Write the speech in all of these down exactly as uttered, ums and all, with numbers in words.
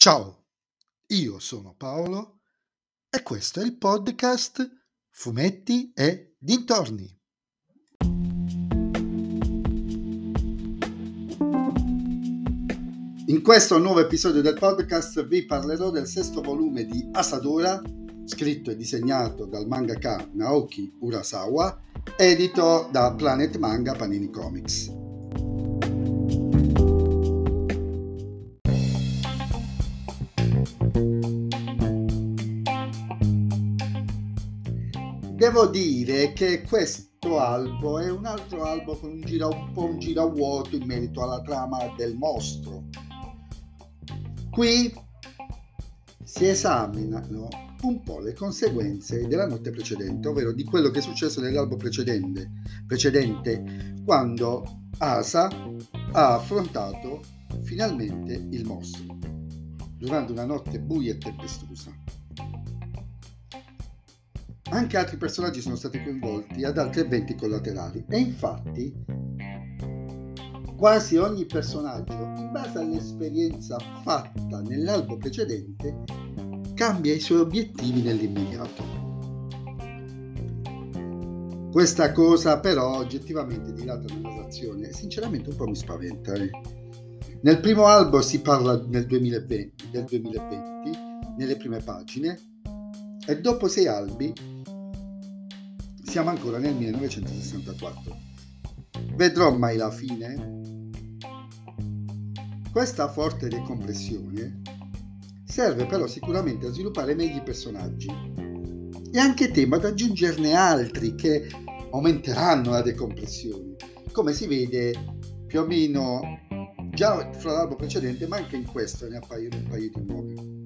Ciao, io sono Paolo e questo è il podcast Fumetti e Dintorni. In questo nuovo episodio del podcast vi parlerò del sesto volume di Asadura, scritto e disegnato dal mangaka Naoki Urasawa, edito da Planet Manga Panini Comics. Devo dire che questo albo è un altro albo con un, gira, un po' un giravuoto in merito alla trama del mostro. Qui si esaminano un po' le conseguenze della notte precedente, ovvero di quello che è successo nell'albo precedente, precedente quando Asa ha affrontato finalmente il mostro durante una notte buia e tempestosa. Anche altri personaggi sono stati coinvolti ad altri eventi collaterali e infatti quasi ogni personaggio, in base all'esperienza fatta nell'albo precedente, cambia i suoi obiettivi nell'immediato. Questa cosa però oggettivamente dilata la narrazione e sinceramente un po' mi spaventa. Eh. Nel primo albo si parla nel duemilaventi, del duemilaventi, nelle prime pagine, e dopo sei albi siamo ancora nel millenovecentosessantaquattro. Vedrò mai la fine? Questa forte decompressione serve però sicuramente a sviluppare meglio i personaggi e anche temo ad aggiungerne altri che aumenteranno la decompressione, come si vede più o meno già fra l'albo precedente, ma anche in questo ne appaiono un paio di nuovi.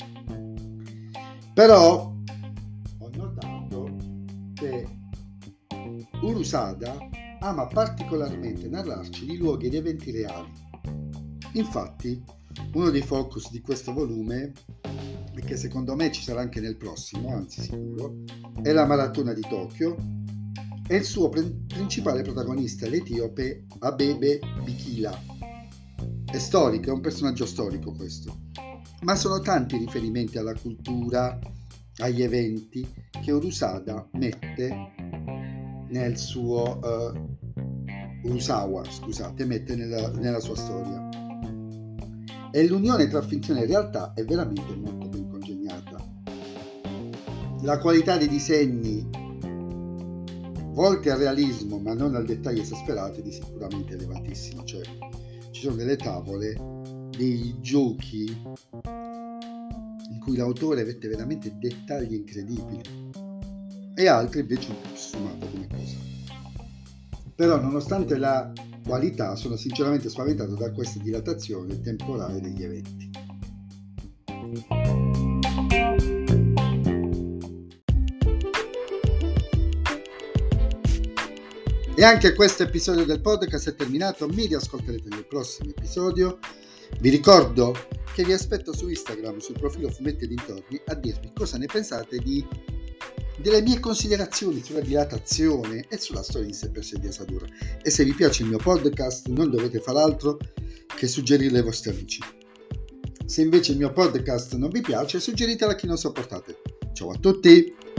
Però ho notato che Urusada ama particolarmente narrarci di luoghi e di eventi reali. Infatti, uno dei focus di questo volume, e che secondo me ci sarà anche nel prossimo, anzi sicuro, è la maratona di Tokyo e il suo pre- principale protagonista, l'etiope Abebe Bikila. È storico, è un personaggio storico questo, ma sono tanti riferimenti alla cultura, agli eventi che Urusada mette nel suo uh, Urasawa, scusate, mette nella, nella sua storia. E l'unione tra finzione e realtà è veramente molto ben congegnata. La qualità dei disegni volti al realismo ma non al dettaglio esasperato è di sicuramente elevatissimo, cioè ci sono delle tavole, dei giochi in cui l'autore mette veramente dettagli incredibili e altri invece un po' più sfumato come cosa. Però nonostante la qualità sono sinceramente spaventato da questa dilatazione temporale degli eventi. E anche questo episodio del podcast è terminato, mi riascolterete nel prossimo episodio. Vi ricordo che vi aspetto su Instagram, sul profilo Fumetti e Dintorni, a dirmi cosa ne pensate di delle mie considerazioni sulla dilatazione e sulla storia in sé per sé di Asadura. E se vi piace il mio podcast non dovete far altro che suggerirlo ai vostri amici. Se invece il mio podcast non vi piace, suggeritelo a chi non sopportate. Ciao a tutti!